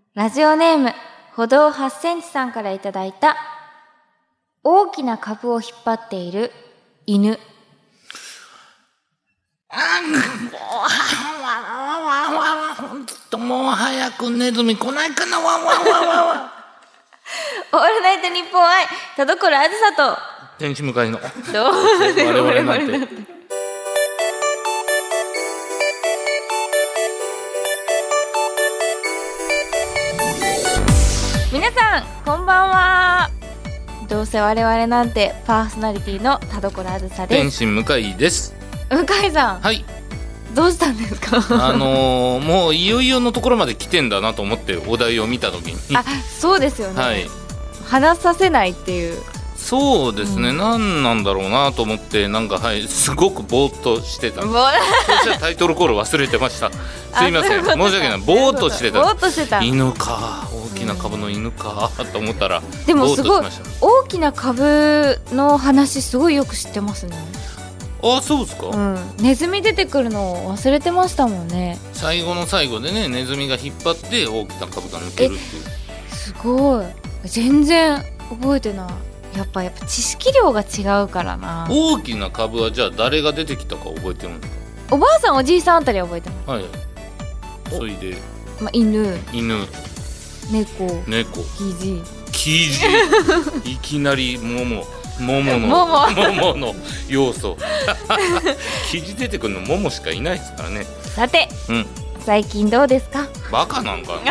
ラジオネーム歩道8センチさんからいただいた、大きな株を引っ張っている犬。 もう早くネズミ来ないかな。 オールナイトニッポン愛、田所あずさと天使向かいのどう我々なんて。 皆さんこんばんは。どうせ我々なんてパーソナリティの田所あずさです。 天使向かいです。 向井さん、 はい。 どうしたんですか？ もういよいよのところまで来てんだなと思ってお題を見たときにあ、そうですよね、 はい、 話させないっていう。 そうですね、何なんだろうなと思って、なんか、はい、すごくぼーっとしてた。そしたらタイトルコール忘れてました。すいません、申し訳ない。ぼーっとしてた。 ぼーっとしてた。 犬か、大きな株の犬かと思ったら、 でもすごい大きな株の話すごいよく知ってますね。 あ、そうですか、 ネズミ出てくるのを忘れてましたもんね。 最後の最後でね、ネズミが引っ張って大きな株が抜けるっていう。 すごい、全然覚えてない。やっぱ知識量が違うからな。 大きな株はじゃあ誰が出てきたか覚えてるんですか？ おばあさんおじいさんあたりは覚えてます。 はい。それで、 犬、猫、キジいきなり桃の要素キジ出てくるの桃しかいないですからね。 さて、最近どうですか？ バカなんか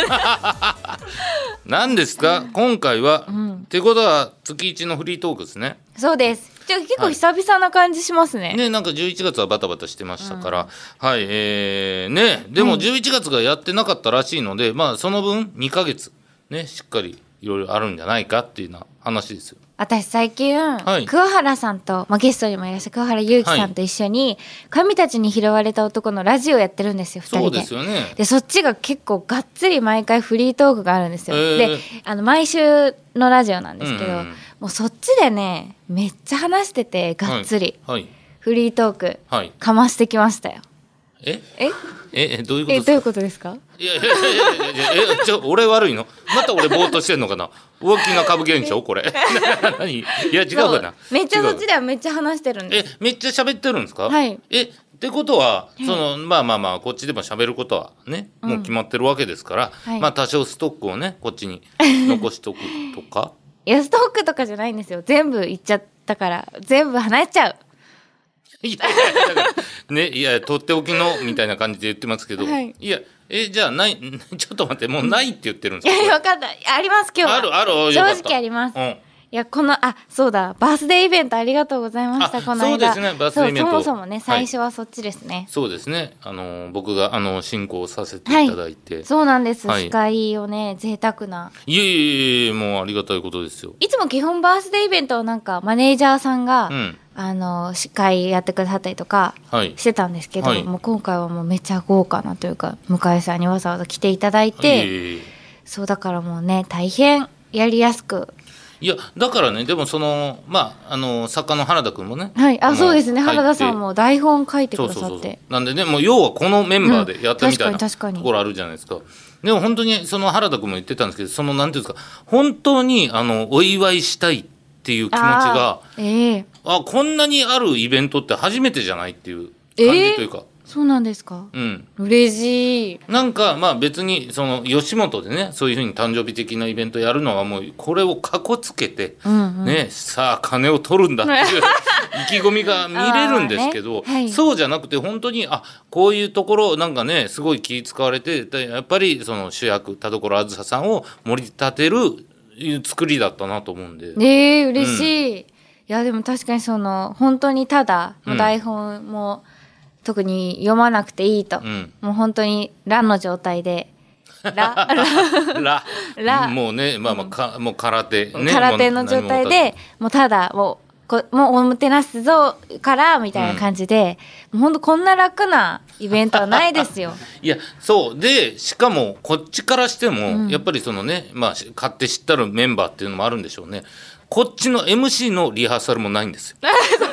何ですか今回は、ってことは月1のフリートークですね。 そうです。結構久々な感じしますね。 ね、なんか11月はバタバタしてましたから、はい、ね、でも11月がやってなかったらしいので、まあその分2ヶ月ね、しっかりいろいろあるんじゃないかっていうような話ですよ。 私最近、桑原さんと、ゲストにもいらっしゃる桑原祐希さんと一緒に、神たちに拾われた男のラジオやってるんですよ、2人で。 そうですよね。 でそっちが結構がっつり毎回フリートークがあるんですよ。で毎週のラジオなんですけど、もうそっちでねめっちゃ話してて、がっつり、フリートーク、かましてきましたよ。どういうことですか？どういうことですか？ いや俺悪いの？また俺ぼーっとしてんのかな？大きな株現象これ何？いや違うかな。 めっちゃそっちではめっちゃ話してるんです。 めっちゃ喋ってるんですか？ はい。 ってことはまあこっちでも喋ることはね、もう決まってるわけですから、まあ多少ストックをねこっちに残しとくとかいやストックとかじゃないんですよ。全部言っちゃったから全部話しちゃう。 いやとっておきのみたいな感じで言ってますけど、いやじゃあないちょっと待って、もうないって言ってるんですか？ いや分かった、あります今日は。 ある正直あります。いやそうだ、バースデーイベントありがとうございました。この間。 そうですね、バースデーイベント。 そもそもね、最初はそっちですね。 そうですね、僕が進行させていただいて、 そうなんです。司会をね、贅沢な。 いえもうありがたいことですよ。 いつも基本バースデーイベントをなんかマネージャーさんが、司会やってくださったりとかしてたんですけど、もう今回はもうめっちゃ豪華なというか、向井さんにわざわざ来ていただいて、そうだからもうね大変やりやすく。 いやだからね、でも作家の原田君もね、 そうですね、原田さんも台本書いてくださって、 なんでね、もう要はこのメンバーでやったみたいなところあるじゃないですか。でも本当に原田君も言ってたんですけど、なんていうんですか、本当にお祝いしたいっていう気持ちが、こんなにあるイベントって初めてじゃないっていう感じというか。 そうなんですか？嬉しい。 なんか別に吉本でね、そういうふうに誕生日的なイベントやるのはもうこれをかこつけて、ね、さあ金を取るんだっていう意気込みが見れるんですけど、そうじゃなくて本当にこういうところなんかねすごい気使われて、やっぱり主役田所あずささんを盛り立てる作りだったなと思うんで。 嬉しい。いやでも確かに本当にただ台本も、特に読まなくていいと、もう本当にラの状態でラもうね、もう空手ね、 空手の状態でもうただもうおもてなすぞからみたいな感じで、もう本当こんな楽なイベントはないですよ。 いやそうで、しかもこっちからしても、やっぱり勝手知ったるメンバーっていうのもあるんでしょうね。こっちの MC のリハーサルもないんですよ。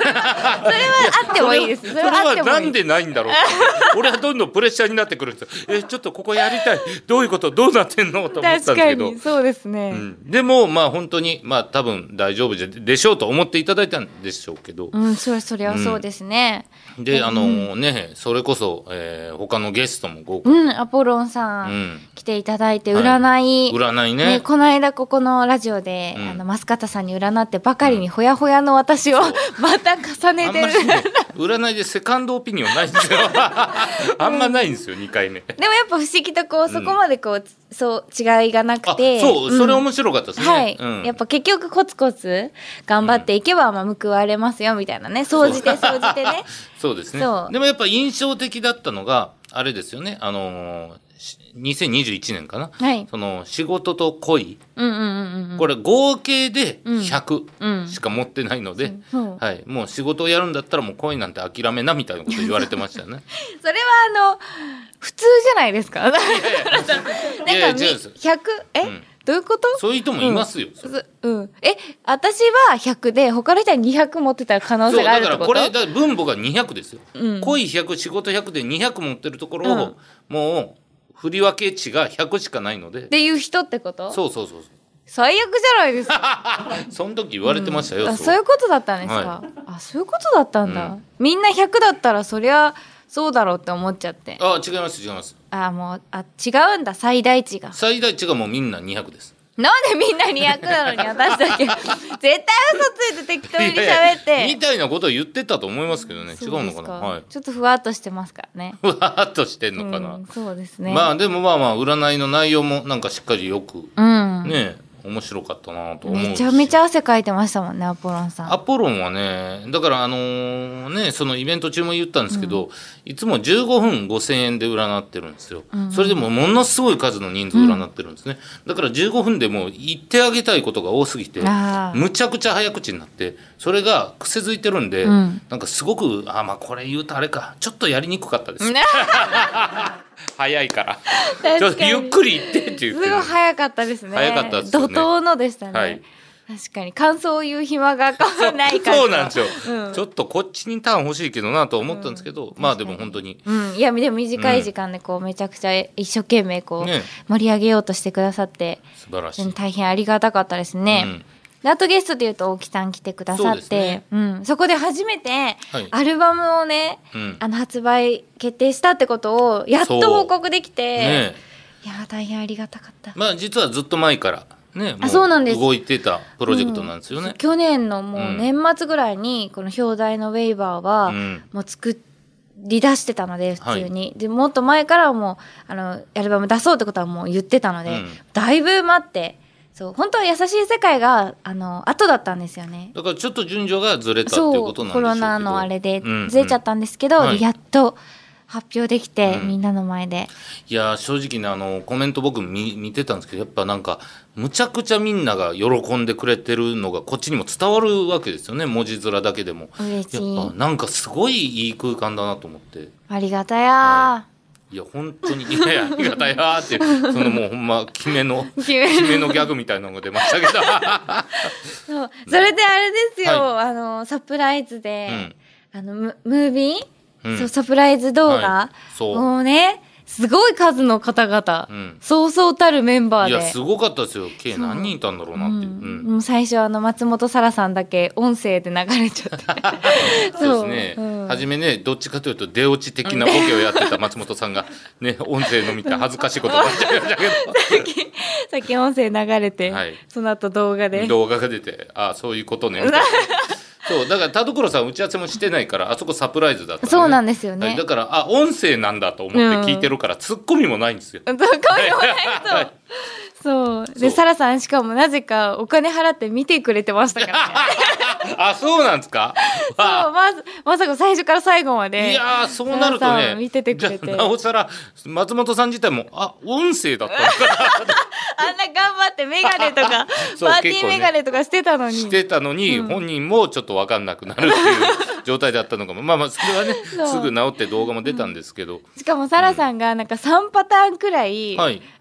はあってもいいです。 それはなんでないんだろう俺はどんどんプレッシャーになってくるんですよ。ちょっとここやりたい、どういうこと、どうなってんのと思ったんですけど。 確かにそうですね、 でもまあ本当に多分大丈夫でしょうと思っていただいたんでしょうけど、 そりゃそうですね、 でそれこそ、他のゲストも豪華、 アポロンさん、来ていただいて占いね、この間ここのラジオで、増形さんに占ってばかりにほやほやの私をまた重ねてる占いでセカンドオピニオンないんですよあんまないんですよ、2回目。 でもやっぱ不思議とそこまでそう違いがなくて、 それ面白かったですね、 やっぱ結局コツコツ頑張っていけば報われますよみたいなね、総じてねそうですね。でもやっぱ印象的だったのがあれですよね、2021年かな、その仕事と恋、これ合計で100しか持ってないので、もう仕事をやるんだったらもう恋なんて諦めなみたいなこと言われてましたよねそれは普通じゃないですか。なんか100どういうこと？ そういう人もいますよ。 私は100で他の人は200持ってたら可能性があるってこと？ そうだからこれ分母が200ですよ。恋100仕事100で200持ってるところをもう振り分け値が100しかないので。 っていう人ってこと？ そう。 最悪じゃないですかその時言われてましたよ。 そういうことだったんですか。そういうことだったんだ。みんな100だったらそりゃそうだろうって思っちゃって。 違います。 もう違うんだ、最大値がもうみんな200です。 なんでみんな200なのに私だけ絶対嘘ついて適当に喋ってみたいなことを言ってたと思いますけどね。違うのかな、 ちょっとふわっとしてますからね。 ふわっとしてんのかな、 そうですね。 でも占いの内容もなんかしっかりよく、ね面白かったなと思うし、 めちゃめちゃ汗かいてましたもんね、アポロンさん。 アポロンはね、だからそのイベント中も言ったんですけど、いつも15分5,000円で占ってるんですよ、それでもものすごい数の人数占ってるんですね、だから15分でも言ってあげたいことが多すぎてむちゃくちゃ早口になって、それが癖づいてるんで、なんかすごくこれ言うとあれか、ちょっとやりにくかったです早いからちょっとゆっくり言ってって言って、 すごい早かったですね。 早かったですよね。 怒涛のでしたね、確かに感想を言う暇がないからそうなんですよ、ちょっとこっちにターン欲しいけどなと思ったんですけど、でも本当に、 いやでも短い時間でめちゃくちゃ一生懸命盛り上げようとしてくださって、 素晴らしい、 大変ありがたかったですね、あとゲストでいうと大木さん来てくださって、そこで初めてアルバムをね、発売決定したってことをやっと報告できて、いや大変ありがたかった。 実はずっと前からね、 そうなんです、 動いてたプロジェクトなんですよね、 去年のもう年末ぐらいにこの表題のウェイバーはもう作り出してたので、普通に、でもっと前からもうアルバム出そうってことはもう言ってたので、だいぶ待って、本当は優しい世界が後だったんですよね。 だからちょっと順序がずれたっていうことなんでしょうけど、 コロナのあれでずれちゃったんですけど、やっと発表できて、みんなの前で。 いや正直ねコメント僕見てたんですけど、やっぱなんかむちゃくちゃみんなが喜んでくれてるのがこっちにも伝わるわけですよね、文字面だけでも。 嬉しい。 やっぱなんかすごいいい空間だなと思って。 ありがたやいや本当にありがたやってそのもうほんま決めのギャグみたいなのが出ましたけどそれであれですよ、サプライズで、ムービー、サプライズ動画、もうねすごい数の方々、そうそうたるメンバーで、 いやすごかったですよ。計何人いたんだろうなっていう、 もう最初松本沙羅さんだけ音声で流れちゃってそうですね、初めねどっちかというと出落ち的なボケをやってた松本さんがね音声のみたい恥ずかしいことになっちゃいましたけどさっき音声流れて、その後動画が出て、そういうことねみたいなそうだから田所さん打ち合わせもしてないからあそこサプライズだった、 そうなんですよね、 だから音声なんだと思って聞いてるから、ツッコミもないんですよ。 ツッコミもないそうで沙羅さんしかもなぜかお金払って見てくれてましたからねそうなんですか。 そうまさか最初から最後まで。 いやそうなるとね見ててくれて、 なおさら松本さん自体も音声だったのかあんな頑張ってメガネとかパーティーメガネとかしてたのに、 本人もちょっと分かんなくなるっていう状態だったのかもそれはねすぐ治って動画も出たんですけど、 しかも沙羅さんがなんか3パターンくらい、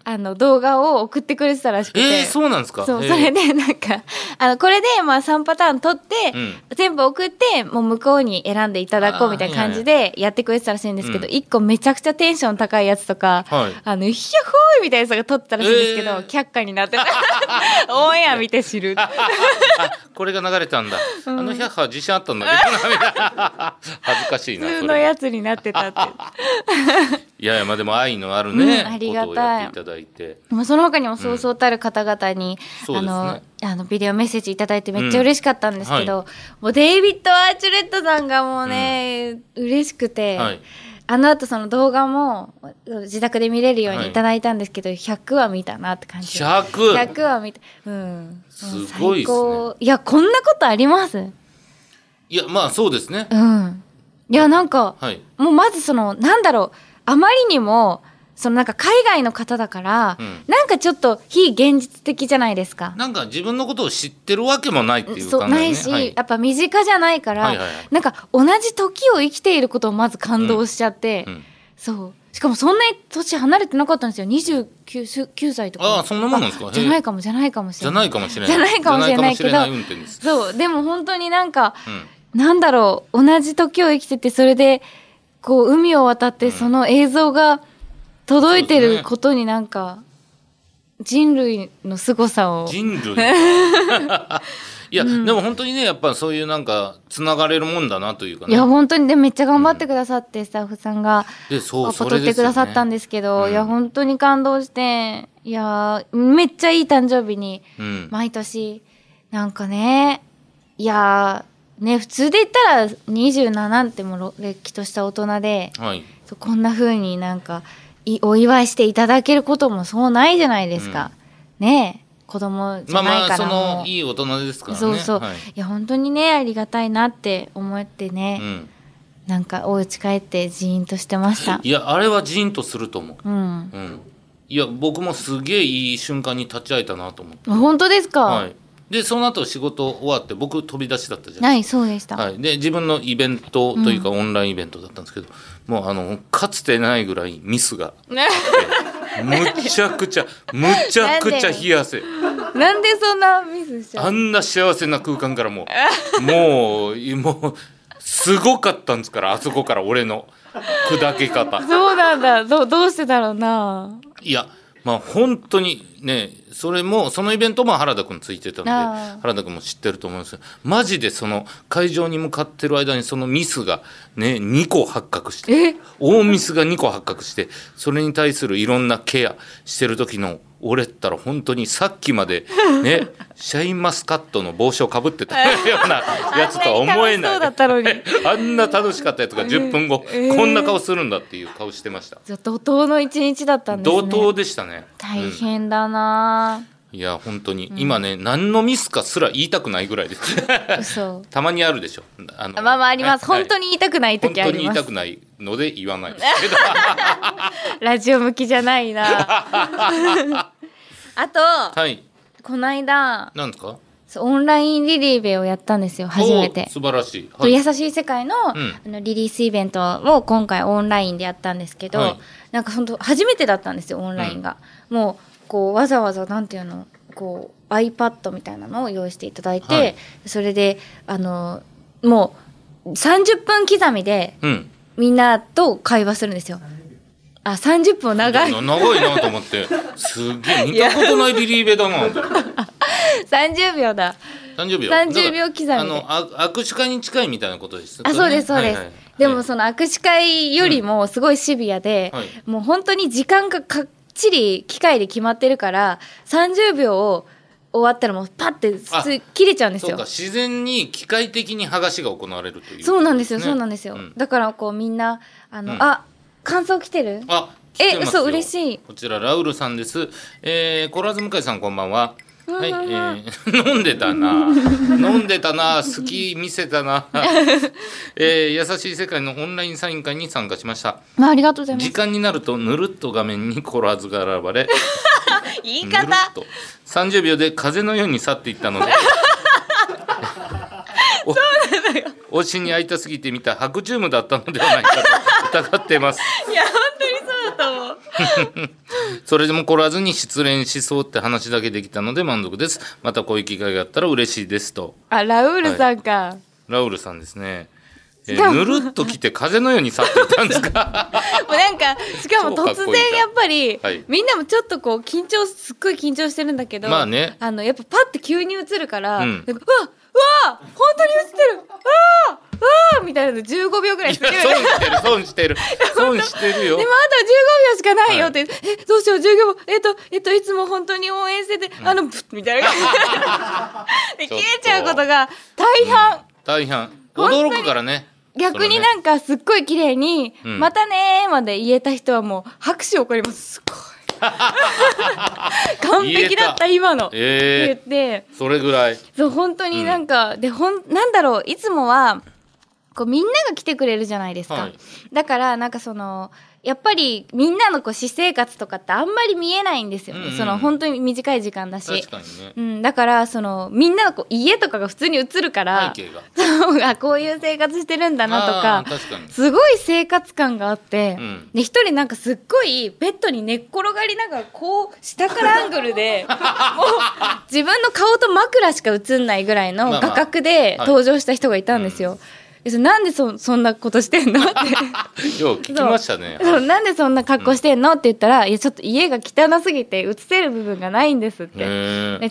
動画を送ってくれてたらしくて、 そうなんですか。 そう、それでなんかこれでまあ3パターン取って、全部送ってもう向こうに選んでいただこうみたいな感じでやってくれてたらしいんですけど、1個めちゃくちゃテンション高いやつとか、ヒャッホーイみたいなやつが撮ってたらしいんですけど、却下になってたオンエア見て知るこれが流れたんだ。ヒャッハー自信あったんだけど恥ずかしいな。 普通のやつになってたっていやいや、まあでも愛のあるね、 ありがたいことをやっていただいて、 その他にもそうそうたる方々に、ビデオメッセージいただいてめっちゃ嬉しかったんですけど、もうデイビッド・アーチュレットさんがもうね、嬉しくて、後その動画も自宅で見れるようにいただいたんですけど、100は見たなって感じ。100は見た。 すごいですね。 いや、こんなことあります？ いや、まあそうですね。 いや、なんか、もうまずなんだろう、あまりにもなんか海外の方だから、なんかちょっと非現実的じゃないですか。 なんか自分のことを知ってるわけもないっていう感じ、 ないし、やっぱ身近じゃないから、なんか同じ時を生きていることをまず感動しちゃって、そうしかもそんなに年離れてなかったんですよ。29歳とか。 そんなもんなんですか。 じゃないかもしれないけど、そうでも本当になんか、なんだろう、同じ時を生きてて、それでこう海を渡ってその映像が届いてることになんか人類の凄さを。いや、でも本当にね、やっぱそういうなんかつながれるもんだなというかね。いや本当にでめっちゃ頑張ってくださって、スタッフさんが撮ってくださったんですけど、いや本当に感動して、いやめっちゃいい誕生日に毎年なんかね、いやね、普通で言ったら27ってもうれっきとした大人で、こんな風になんかお祝いしていただけることもそうないじゃないですか、ねえ、子供じゃないからもまあいい大人ですからね。 いや本当にね、ありがたいなって思ってね、なんかお家帰ってジーンとしてました。 いや、あれはジーンとすると思う。いや僕もすげえいい瞬間に立ち会えたなと思って。 本当ですか。 でその後仕事終わって、僕飛び出しだったじゃないですか。 そうでした。 で自分のイベントというか、オンラインイベントだったんですけど、もうかつてないぐらいミスがむちゃくちゃ冷や汗。 なんでそんなミスしちゃう。 あんな幸せな空間からもうすごかったんですから、あそこから俺の砕け方。 そうなんだ。どうしてだろうな。 いや、まあ本当にね、そのイベントも原田君ついてたので、原田君も知ってると思うんですけど、マジでその会場に向かってる間にそのミスがね2個発覚して、大ミスが2個発覚して、それに対するいろんなケアしてる時の俺ったら本当にさっきまでねシャインマスカットの帽子をかぶってたようなやつとは思えない。あんな楽しかったやつが10分後、こんな顔するんだっていう顔してました。 怒涛の一日だったんですね。 怒涛でしたね。 大変だな、 いや本当に、今ね何のミスかすら言いたくないぐらいですたまにあるでしょ。 まああります、本当に言いたくない時あります。 本当に言いたくないので言わないですけどラジオ向きじゃないなあと、この間なんですか、 オンラインリリーベをやったんですよ、初めて。 素晴らしい。 優しい世界の、リリースイベントを今回オンラインでやったんですけど、なんか本当初めてだったんですよ、オンラインが。もうこうわざわざなんていうの、こう iPad みたいなのを用意していただいて、それでもう30分刻みでみんなと会話するんですよ。30分長いなと思って、すげえ見たことないリリーベだな 30秒だ。30秒刻みで握手会に近いみたいなことですかね。 そうですそうです、でもその握手会よりもすごいシビアで、もう本当に時間がかっちり機械で決まってるから、30秒を終わったらもうパッて切れちゃうんですよ。 そうか、自然に機械的に剥がしが行われるという、ね、 そうなんですよ、だからこうみんな感想来てる？ 来てますよ。 嬉しい。 こちらラウルさんです。コラーズ向井さんこんばんは。飲んでたな好き見せたな優しい世界のオンラインサイン会に参加しました。 ありがとうございます。 時間になるとぬるっと画面にコラーズが現れ言い方ぬるっと30秒で風のように去っていったので推しに会いたすぎて見た白チュームだったのではないかと疑っています。 いや本当にそうだと思うそれでも来らずに失恋しそうって話だけできたので満足です。またこういう機会があったら嬉しいですと。 あ、ラウールさんか、 はい、ラウールさんですね。ぬるっと来て風のように去っていったんですかもうなんかしかも突然やっぱり、 はい、 みんなもちょっとこうすっごい緊張してるんだけど、 まあね、 やっぱパッて急に映るから、うわ本当に映ってる、みたいなの15秒ぐらいしてる。 損してるよ。 でもあと15秒しかないよって、はい、どうしよう15秒いつも本当に応援してて、プッみたいな感じで消えちゃうことが大半驚くからね。 逆になんかすっごい綺麗に、またねーまで言えた人はもう拍手起こります。すごい完璧だった今の、言ってそれぐらいそう本当になんか、なんだろう、いつもはこうみんなが来てくれるじゃないですか、はい、だからなんかやっぱりみんなのこう私生活とかってあんまり見えないんですよね、本当に短い時間だし、 確かにね、 だからみんなのこう家とかが普通に映るから背景がこういう生活してるんだなとか、 確かにすごい生活感があって、で一人なんかすっごいベッドに寝っ転がりながらこう下からアングルでもう自分の顔と枕しか映んないぐらいの画角で登場した人がいたんですよ、なんでそんなことしてんのってよう聞きましたね。 なんでそんな格好してんのって言ったら、いやちょっと家が汚すぎて映せる部分がないんですって、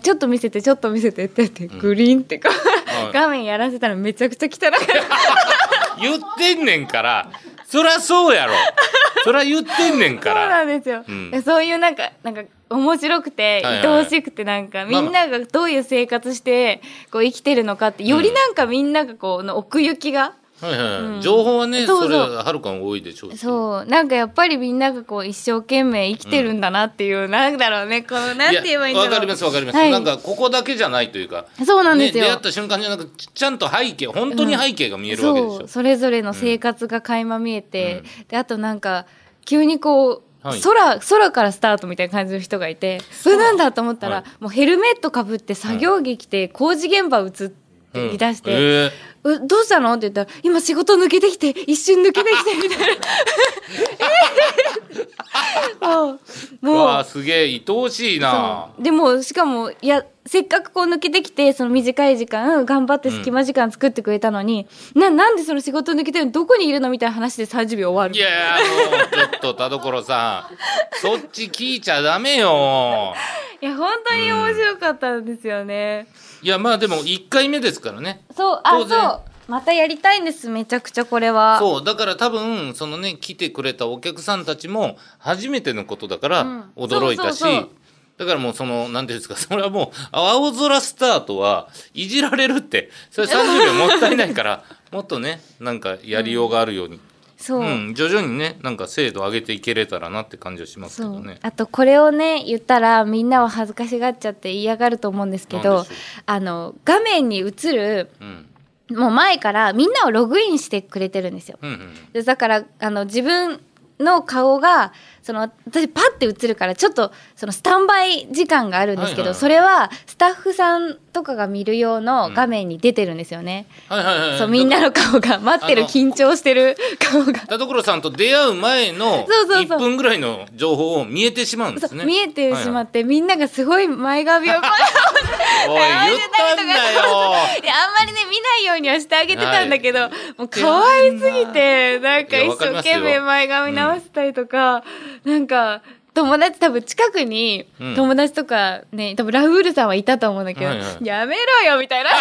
ちょっと見せてって言ってグリーンってこう、画面やらせたらめちゃくちゃ汚かった言ってんねんから、そりゃそうやろ、そりゃ言ってんねんからそうなんですよ、そういうなんか面白くて愛おしくて、なんかみんながどういう生活してこう生きてるのかってよりなんかみんながこう奥行きが、 情報はね、それははるかに多いでしょうし、 そうなんかやっぱりみんながこう一生懸命生きてるんだなっていう、なんだろうね、このなんて言えばいいんだろう。 わかります、はい、なんかここだけじゃないというか、 そうなんですよ、 出会った瞬間じゃなくちゃんと背景、本当に背景が見えるわけでしょ、 それぞれの生活が垣間見えて、であとなんか急にこう空からスタートみたいな感じの人がいて、それなんだと思ったら、もうヘルメットかぶって作業着着て工事現場映って言い出して、どうしたのって言ったら、今仕事抜けてきて一瞬抜けてきてみたいなもうすげえ愛おしいな。 でもしかもせっかくこう抜けてきてその短い時間頑張って隙間時間作ってくれたのに、なんでその仕事抜けてるのどこにいるのみたいな話で30秒終わる。 いやもうちょっと田所さんそっち聞いちゃダメよ。 いや本当に面白かったんですよね、 いやまあでも1回目ですからね。 そうまたやりたいんです、めちゃくちゃこれは。 そうだから多分そのね来てくれたお客さんたちも初めてのことだから驚いたし、だからもうなんていうんですか、それはもう青空スタートはいじられるって、それ30秒もったいないからもっとねなんかやりようがあるように、徐々にねなんか精度上げていけれたらなって感じはしますけどね。 あとこれをね言ったらみんなは恥ずかしがっちゃって嫌がると思うんですけど、画面に映る、もう前からみんなをログインしてくれてるんですよ、だから自分の顔が私パッて映るからちょっとスタンバイ時間があるんですけど、それはスタッフさんとかが見る用の画面に出てるんですよね、みんなの顔が待ってる緊張してる顔が田所さんと出会う前の1分ぐらいの情報を見えてしまうんですね。 見えてしまって、みんながすごい前髪をこうおい言ったんだよ。 いやあんまりね見ないようにはしてあげてたんだけど、もう可愛すぎてなんか一生懸命前髪直したりとか、なんか友達多分近くに友達とかね、多分ラウールさんはいたと思うんだけど、やめろよみたいな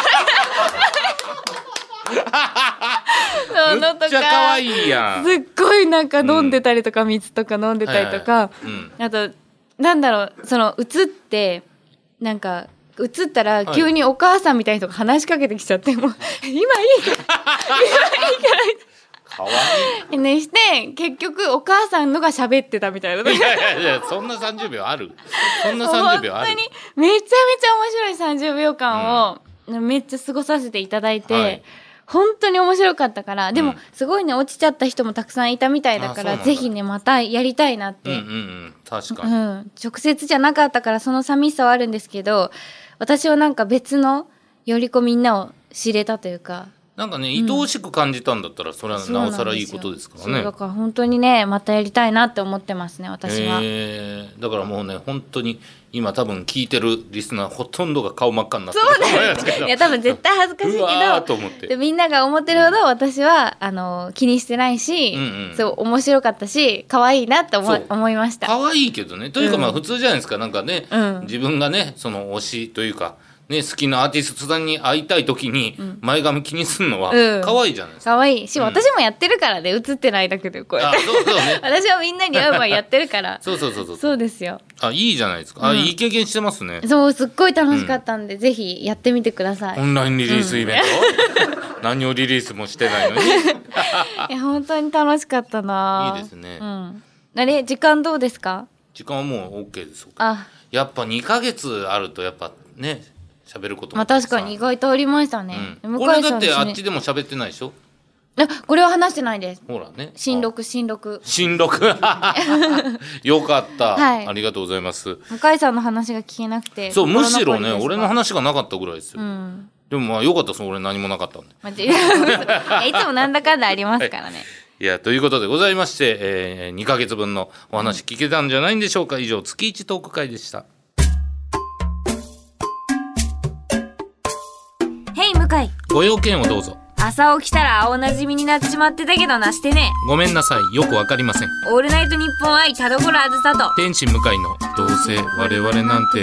めっちゃ可愛いやん。 すっごいなんか飲んでたりとか、水とか飲んでたりとか、あとなんだろう、映ってなんか映ったら急にお母さんみたいな人が話しかけてきちゃって、もう今いいからかわいいねして結局お母さんのが喋ってたみたいな。 いやそんな30秒ある？そんな30秒ある？ 本当にめちゃめちゃ面白い30秒間をめっちゃ過ごさせていただいて、本当に面白かったから。でもすごいね落ちちゃった人もたくさんいたみたいだから、ぜひねまたやりたいなって、 確かに、 直接じゃなかったからその寂しさはあるんですけど、私はなんか別のよりみんなを知れたというか、 なんかね愛おしく感じたんだったらそれはなおさらいいことですからね。 そうだから本当にねまたやりたいなって思ってますね私は。 だからもうね本当に今多分聞いてるリスナーほとんどが顔真っ赤になってるそうなんですいや多分絶対恥ずかしいけどと思ってでみんなが思ってるほど私は気にしてないし、そう面白かったし可愛いなって思いました。 可愛いけどねというかまあ普通じゃないですか。なんかね、自分がねその推しというかね、好きなアーティストさんに会いたい時に前髪気にするのは可愛いじゃないですか。 可愛いし、私もやってるからね映ってないだけでこうやってそうね、 私はみんなに会う前やってるからそうですよ。 いいじゃないですか。いい経験してますね。 そうすっごい楽しかったんで、ぜひやってみてください。 オンラインリリースイベント、何をリリースもしてないのにいや本当に楽しかったな。 いいですね。 あれ時間どうですか？ 時間はもう OK です。やっぱ2ヶ月あるとやっぱね喋ることも確かに意外とありましたね。 これだってあっちでも喋ってないでしょ。 これは話してないです。 ほらね。 新録よかった、ありがとうございます。 向井さんの話が聞けなくてそうむしろね俺の話がなかったぐらいですよ。でもまあよかったです。俺何もなかったんで。 いつもなんだかんだありますからね。 いやということでございまして、2ヶ月分のお話聞けたんじゃないんでしょうか。以上月1トーク会でした。 へい向井、 ご用件をどうぞ。 朝起きたら青なじみになっちまってたけどなしてね。 ごめんなさいよくわかりません。 オールナイトニッポン愛田所あずさと天心向井のどうせ我々なんて。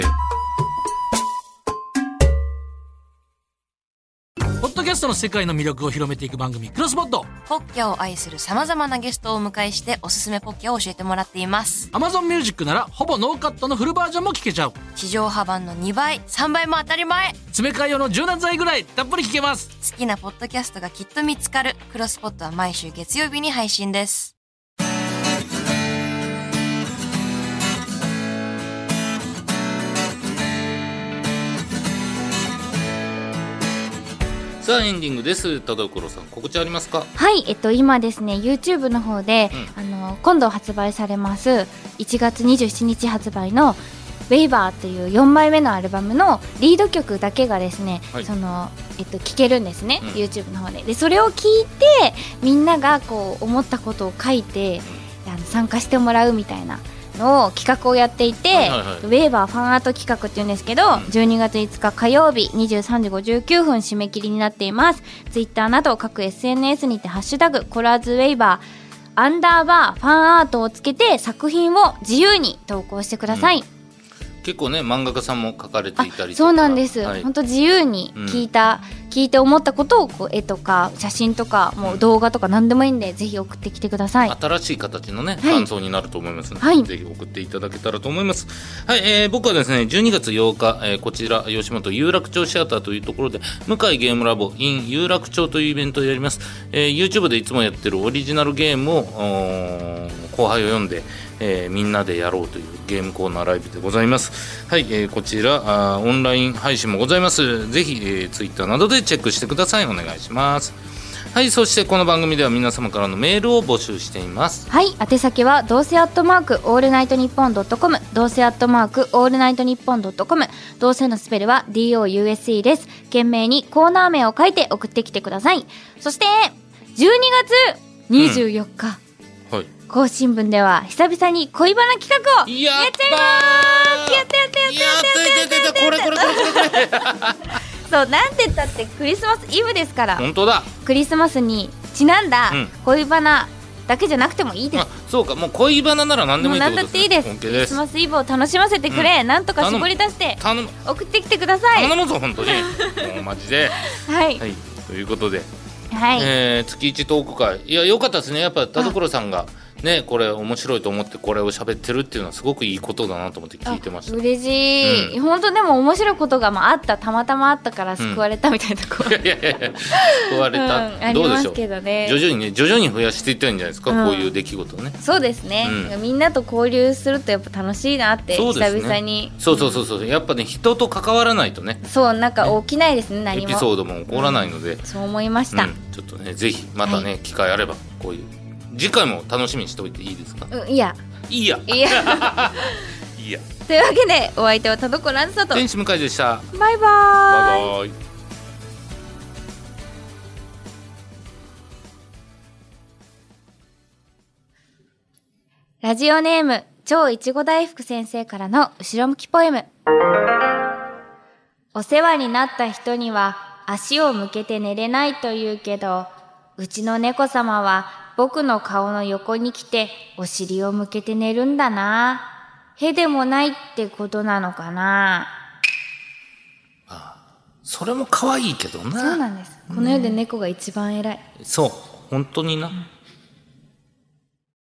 ポッドキャストの世界の魅力を広めていく番組クロスポッド。 ポッキャを愛する様々なゲストをお迎えしておすすめポッキャを教えてもらっています。 Amazon Music ならほぼノーカットのフルバージョンも聞けちゃう。 地上波版の2倍3倍も当たり前。 詰め替え用の柔軟剤ぐらいたっぷり聞けます。 好きなポッドキャストがきっと見つかる。クロスポットは毎週月曜日に配信です。 さあエンディングです。田所さん告知ありますか？ はい、今ですね YouTube の方で、今度発売されます1月27日発売のウェイバーという4枚目のアルバムのリード曲だけがですね、聴けるんですね、YouTube の方で。それを聞いてみんながこう思ったことを書いて、参加してもらうみたいなの企画をやっていて、ウェーバーファンアート企画っていうんですけど、12月5日火曜日23時59分締め切りになっています。ツイッターなど各 SNS にてハッシュタグコラーズウェイバーアンダーバーファンアートをつけて作品を自由に投稿してください。 結構ね漫画家さんも描かれていたりとか。 そうなんです、本当自由に聞いて思ったことをこう絵とか写真とかもう動画とか何でもいいんで、ぜひ送ってきてください。 新しい形のね感想になると思いますので、ぜひ送っていただけたらと思います。はい、僕はですね12月8日、こちら吉本有楽町シアターというところで向井ゲームラボ in 有楽町というイベントをやります。YouTube でいつもやってるオリジナルゲームを後輩を読んでみんなでやろうというゲームコーナーライブでございます。はい、こちらオンライン配信もございます。ぜひ、Twitter などでチェックしてください。お願いします。はい、そしてこの番組では皆様からのメールを募集しています。 はい、宛先はどうせオールナイトニッポン.com、どうせオールナイトニッポン.com、どうせのスペルは DOUSE です。懸命にコーナー名を書いて送ってきてください。そして12月24日、更新分では久々に恋バナ企画をやっちゃいます。やったこれそうなんて言ったってクリスマスイブですから。 本当だ。 クリスマスにちなんだ恋バナだけじゃなくてもいいです。 そうか、もう恋バナなら何でもいいってことですね。 もう何だっていいです。クリスマスイブを楽しませてくれ、なんとか絞り出して送ってきてください。 頼むぞ本当にもうマジではい、ということで、月1トーク会、いや良かったですね。やっぱ田所さんがね、これ面白いと思ってこれを喋ってるっていうのはすごくいいことだなと思って聞いてました。 嬉しい、本当でも面白いことがあったたまたまあったから救われたみたいなところ、 いや救われた、どうでしょう。徐々に増やしていったんじゃないですか、こういう出来事をね。 そうですね、みんなと交流するとやっぱ楽しいなって、久々に。 そうやっぱね人と関わらないとね、 そうなんか起きないですね、何もエピソードも起こらないので、そう思いました。 ちょっとねぜひまたね、機会あればこういう次回も楽しみにしておいていいですか？いやというわけでお相手は田所あずさと天使向井でした。 バイバーイ。 ラジオネーム超いちご大福先生からの後ろ向きポエム。お世話になった人には足を向けて寝れないと言うけど、うちの猫様は僕の顔の横に来てお尻を向けて寝るんだな。へでもないってことなのかな。 それも可愛いけどな。 そうなんです。この世で猫が一番偉い。 そう、本当にな。